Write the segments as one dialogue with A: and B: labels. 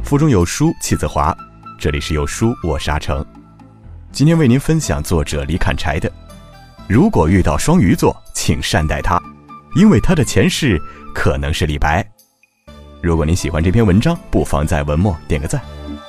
A: 腹中有书气自华，这里是有书，我是阿成。今天为您分享作者李砍柴的如果遇到双鱼座，请善待他，因为他的前世可能是李白。如果您喜欢这篇文章，不妨在文末点个赞。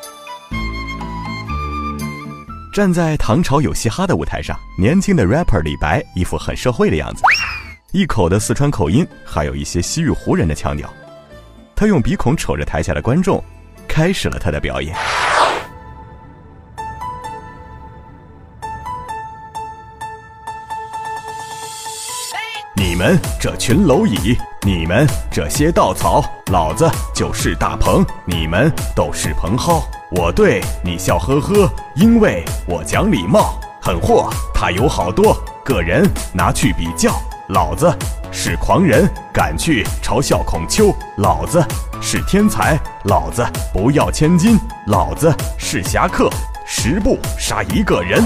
A: 站在唐朝有嘻哈的舞台上，年轻的 rapper 李白一副很社会的样子，一口的四川口音，还有一些西域胡人的腔调。他用鼻孔瞅着台下的观众，开始了他的表演。你们这群蝼蚁，你们这些稻草，老子就是大鹏，你们都是蓬蒿。我对你笑呵呵，因为我讲礼貌。狠货他有好多，个人拿去比较。老子是狂人，敢去嘲笑孔丘。老子是天才，老子不要千金。老子是侠客，10步杀一个人。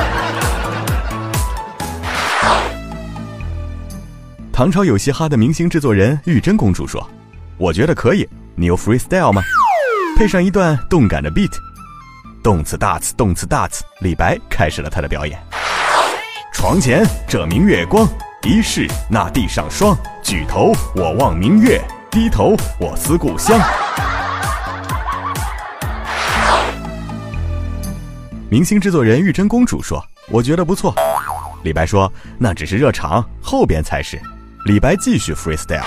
A: 唐朝有嘻哈的明星制作人玉真公主说，我觉得可以，你有 freestyle 吗？配上一段动感的 beat， 动次大次动次大次，李白开始了他的表演。床前这明月光，疑是那地上霜。举头我望明月，低头我思故乡。明星制作人玉真公主说，我觉得不错。李白说，那只是热场，后边才是。李白继续 freestyle。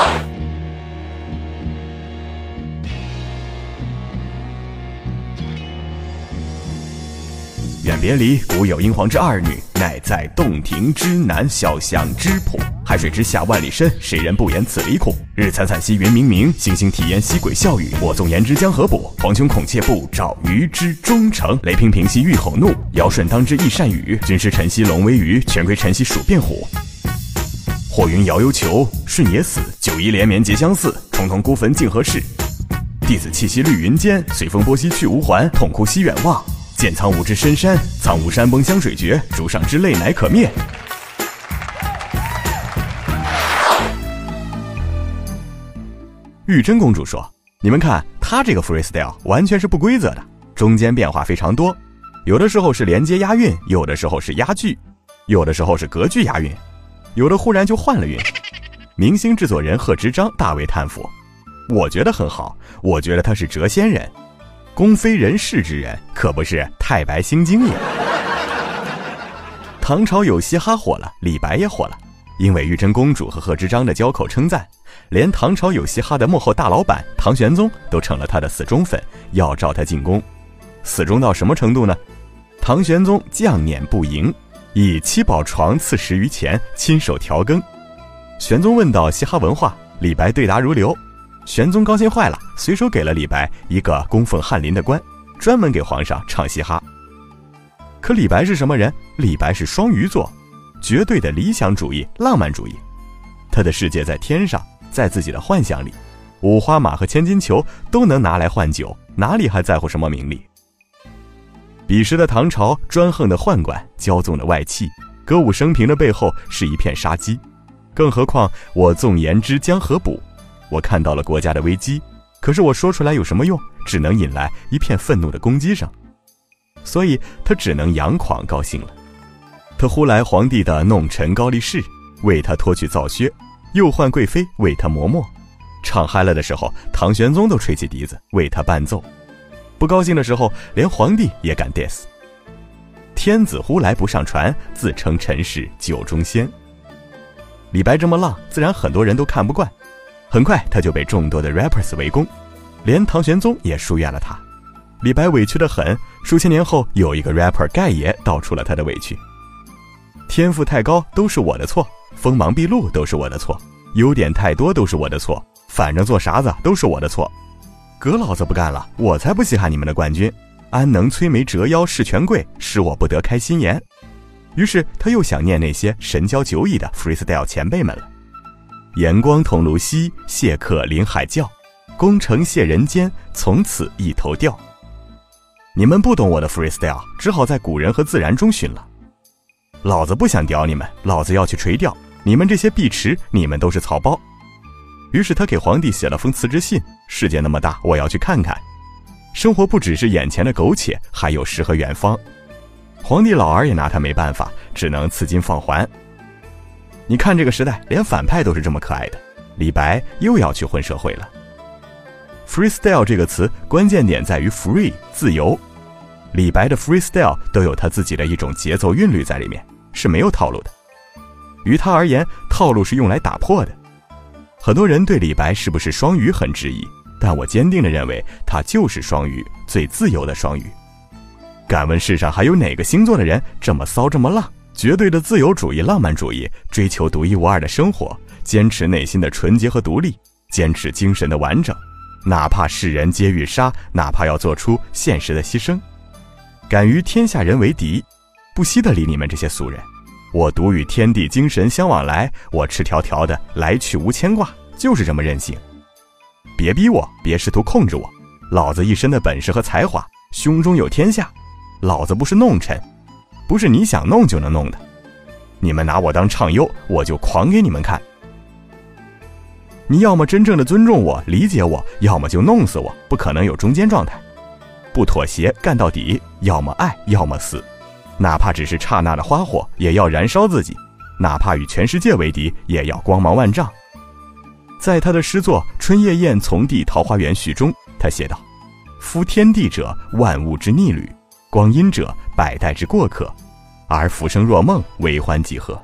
A: 远别离，古有英皇之二女，乃在洞庭之南，小巷之浦。海水之下万里深，谁人不言此离苦？日惨惨兮云冥冥，星星体验西鬼笑语。我纵言之江河补，黄琼孔雀不照鱼之忠诚。雷平平兮欲吼怒，尧舜当之亦善语。君师臣兮龙为鱼，权贵臣兮鼠变虎。或云尧有求，舜也死。九夷连绵结相似，重瞳孤坟竟何事？弟子气息绿云间，随风波兮去无还。痛哭兮远望，见苍梧之深山。苍梧山崩湘水绝，竹上之泪乃可灭。玉真公主说，你们看他这个 freestyle 完全是不规则的，中间变化非常多，有的时候是连接押韵，有的时候是押句，有的时候是隔句押韵，有的忽然就换了韵。明星制作人贺知章大为叹服，我觉得很好，我觉得他是谪仙人，公非人世之人，可不是太白星精也。唐朝有嘻哈火了，李白也火了，因为玉真公主和贺知章的交口称赞，连唐朝有嘻哈的幕后大老板唐玄宗都成了他的死忠粉，要召他进宫。死忠到什么程度呢？唐玄宗将辇不迎，以7宝床赐食于前，亲手调羹。玄宗问到嘻哈文化，李白对答如流。玄宗高兴坏了，随手给了李白一个供奉翰林的官，专门给皇上唱嘻哈。可李白是什么人？李白是双鱼座，绝对的理想主义、浪漫主义。他的世界在天上，在自己的幻想里，五花马和千金裘都能拿来换酒，哪里还在乎什么名利？彼时的唐朝，专横的宦官，骄纵的外戚，歌舞升平的背后是一片杀机。更何况我纵言之江河补，我看到了国家的危机，可是我说出来有什么用？只能引来一片愤怒的攻击声。所以他只能佯狂高兴了。他呼来皇帝的弄臣高力士，为他脱去皂靴，又唤贵妃为他磨墨。唱嗨了的时候，唐玄宗都吹起笛子为他伴奏。不高兴的时候，连皇帝也敢 diss。 天子呼来不上船，自称臣是酒中仙。李白这么浪，自然很多人都看不惯。很快他就被众多的 rappers 围攻，连唐玄宗也疏远了他。李白委屈得很，数千年后有一个 rapper 盖爷道出了他的委屈。天赋太高都是我的错，锋芒毕露都是我的错，优点太多都是我的错，反正做啥子都是我的错。哥老子不干了，我才不稀罕你们的冠军，安能摧眉折腰事权贵，使我不得开心颜。于是他又想念那些神交9亿的 freestyle 前辈们了。炎光桐庐西，谢客临海教，功成谢人间，从此一头掉。你们不懂我的 freestyle， 只好在古人和自然中寻了。老子不想屌你们，老子要去垂钓，你们这些碧池，你们都是草包。于是他给皇帝写了封辞职信，世界那么大，我要去看看。 生活不只是眼前的苟且，还有诗和远方。皇帝老儿也拿他没办法，只能赐金放还。你看这个时代，连反派都是这么可爱的。李白又要去混社会了。freestyle 这个词关键点在于 free 自由。李白的 freestyle 都有他自己的一种节奏韵律在里面，是没有套路的。于他而言，套路是用来打破的。很多人对李白是不是双鱼很质疑，但我坚定地认为他就是双鱼，最自由的双鱼。敢问世上还有哪个星座的人这么骚这么浪？绝对的自由主义浪漫主义，追求独一无二的生活，坚持内心的纯洁和独立，坚持精神的完整，哪怕世人皆欲杀，哪怕要做出现实的牺牲，敢于天下人为敌，不惜的理你们这些俗人。我独与天地精神相往来，我赤条条的来去无牵挂，就是这么任性。别逼我，别试图控制我，老子一身的本事和才华，胸中有天下，老子不是弄臣，不是你想弄就能弄的。你们拿我当唱优，我就狂给你们看。你要么真正的尊重我，理解我，要么就弄死我，不可能有中间状态。不妥协，干到底，要么爱，要么死。哪怕只是刹那的花火，也要燃烧自己；哪怕与全世界为敌，也要光芒万丈。在他的诗作《春夜宴从弟桃花源序》中，他写道：夫天地者，万物之逆旅；光阴者，百代之过客。而浮生若梦，为欢几何？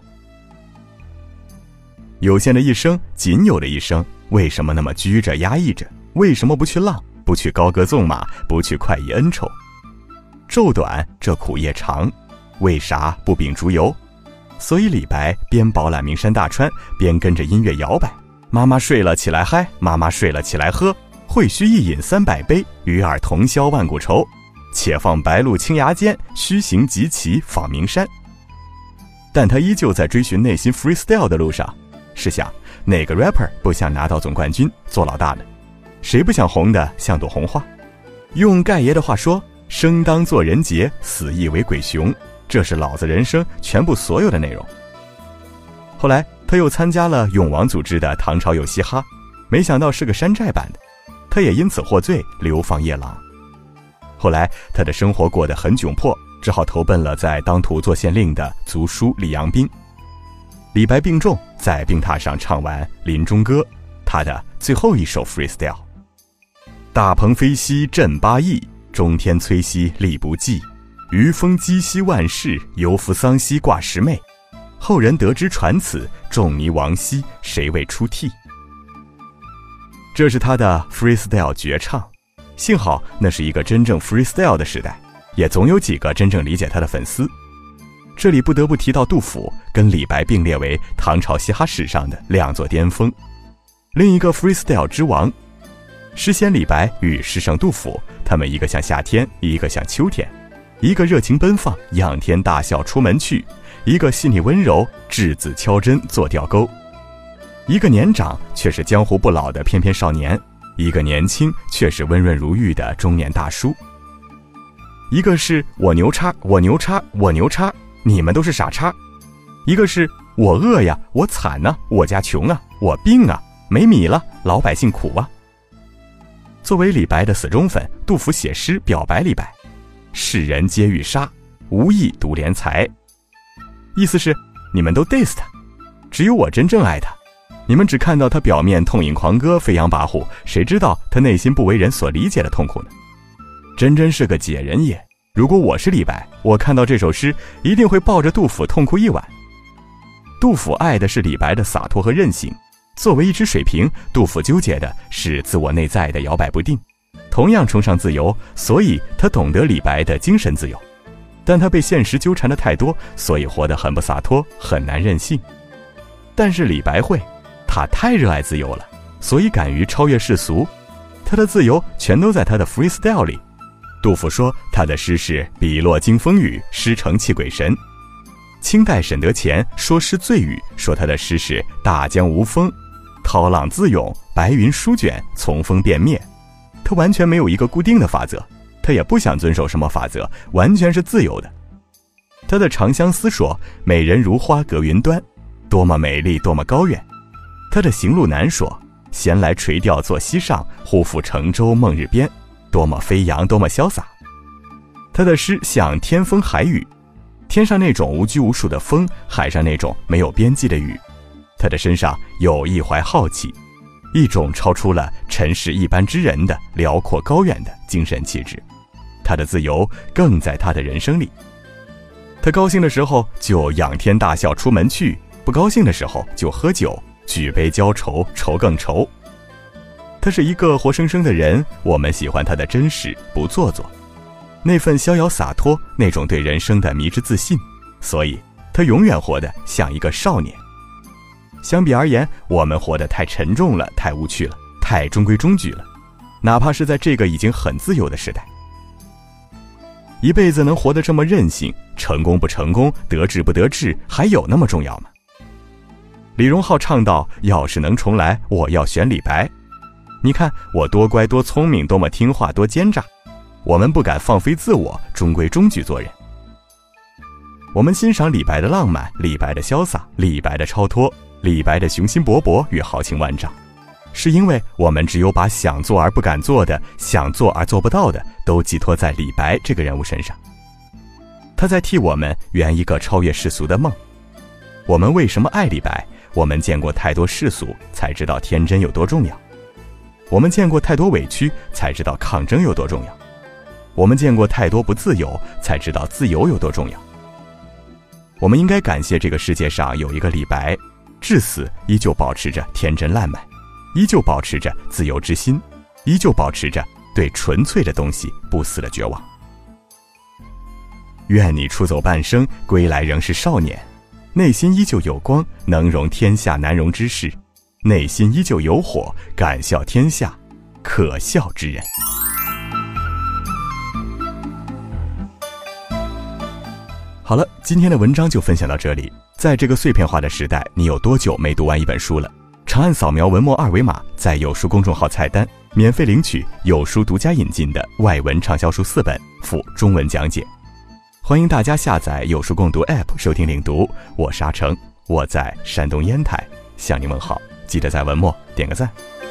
A: 有限的一生，仅有的一生，为什么那么拘着压抑着？为什么不去浪，不去高歌纵马，不去快意恩仇？昼短，这苦夜长，为啥不秉烛游？所以李白边饱览名山大川，边跟着音乐摇摆。妈妈睡了起来嗨，妈妈睡了起来喝，会须一饮300杯，与尔同销万古愁。且放白鹿青崖间，须行即骑访名山。但他依旧在追寻内心 freestyle 的路上。试想，哪个 rapper 不想拿到总冠军做老大呢？谁不想红的像朵红花？用盖爷的话说，生当作人杰，死亦为鬼雄，这是老子人生全部所有的内容。后来他又参加了永王组织的唐朝有嘻哈，没想到是个山寨版的，他也因此获罪，流放夜郎。后来他的生活过得很窘迫，只好投奔了在当涂做县令的族叔李阳冰。李白病重，在病榻上唱完《临终歌》，他的最后一首 freestyle：大鹏飞兮振八翼，中天摧兮力不济。余风击兮万世，犹服丧兮挂十妹。后人得知传此，仲尼亡兮谁为出涕？这是他的 freestyle 绝唱。幸好那是一个真正 freestyle 的时代，也总有几个真正理解他的粉丝。这里不得不提到杜甫，跟李白并列为唐朝嘻哈史上的两座巅峰。另一个 freestyle 之王，诗仙李白与诗圣杜甫，他们一个像夏天，一个像秋天，一个热情奔放，仰天大笑出门去，一个细腻温柔，稚子敲针做吊钩。一个年长却是江湖不老的翩翩少年，一个年轻却是温润如玉的中年大叔。一个是我牛叉，我牛叉，我牛叉，你们都是傻叉。一个是我饿呀，我惨啊，我家穷啊，我病啊，没米了，老百姓苦啊。作为李白的死忠粉，杜甫写诗表白李白：世人皆欲杀，无意独怜才。意思是你们都 diss 他，只有我真正爱他。你们只看到他表面痛饮狂歌，飞扬跋扈，谁知道他内心不为人所理解的痛苦呢？真是个解人也。如果我是李白，我看到这首诗一定会抱着杜甫痛哭一晚。杜甫爱的是李白的洒脱和任性，作为一只水瓶，杜甫纠结的是自我内在的摇摆不定。同样崇尚自由，所以他懂得李白的精神自由，但他被现实纠缠的太多，所以活得很不洒脱，很难任性。但是李白会，他太热爱自由了，所以敢于超越世俗。他的自由全都在他的 freestyle 里。杜甫说他的诗是笔落惊风雨，诗成泣鬼神。清代沈德潜说诗醉语，说他的诗是大江无风，涛浪自涌，白云舒卷，从风变灭。他完全没有一个固定的法则，他也不想遵守什么法则，完全是自由的。他的《长相思》说美人如花隔云端，多么美丽，多么高远。他的《行路难》说闲来垂钓坐溪上，忽复乘舟梦日边， 多么飞扬，多么潇洒。他的诗像天风海雨，天上那种无拘无束的风，海上那种没有边际的雨。他的身上有一怀好奇，一种超出了尘世一般之人的辽阔高远的精神气质。他的自由更在他的人生里。他高兴的时候就仰天大笑出门去，不高兴的时候就喝酒，举杯浇愁，愁更愁。他是一个活生生的人，我们喜欢他的真实，不做作，那份逍遥洒脱，那种对人生的迷之自信，所以他永远活得像一个少年。相比而言，我们活得太沉重了，太无趣了，太中规中矩了，哪怕是在这个已经很自由的时代。一辈子能活得这么任性，成功不成功，得志不得志，还有那么重要吗？李荣浩唱道，要是能重来，我要选李白。你看我多乖多聪明，多么听话多奸诈。我们不敢放飞自我，中规中矩做人。我们欣赏李白的浪漫，李白的潇洒，李白的超脱，李白的雄心勃勃与豪情万丈，是因为我们只有把想做而不敢做的，想做而做不到的，都寄托在李白这个人物身上。他在替我们圆一个超越世俗的梦。我们为什么爱李白？我们见过太多世俗，才知道天真有多重要。我们见过太多委屈，才知道抗争有多重要。我们见过太多不自由，才知道自由有多重要。我们应该感谢这个世界上有一个李白，至死依旧保持着天真烂漫，依旧保持着自由之心，依旧保持着对纯粹的东西不死的绝望。愿你出走半生，归来仍是少年，内心依旧有光，能容天下难容之事，内心依旧有火，敢笑天下可笑之人。好了，今天的文章就分享到这里。在这个碎片化的时代，你有多久没读完一本书了？长按扫描文末二维码，在有书公众号菜单免费领取有书独家引进的外文畅销书4本附中文讲解。欢迎大家下载有书共读 App 收听领读。我是阿成，我在山东烟台向你问好，记得在文末点个赞。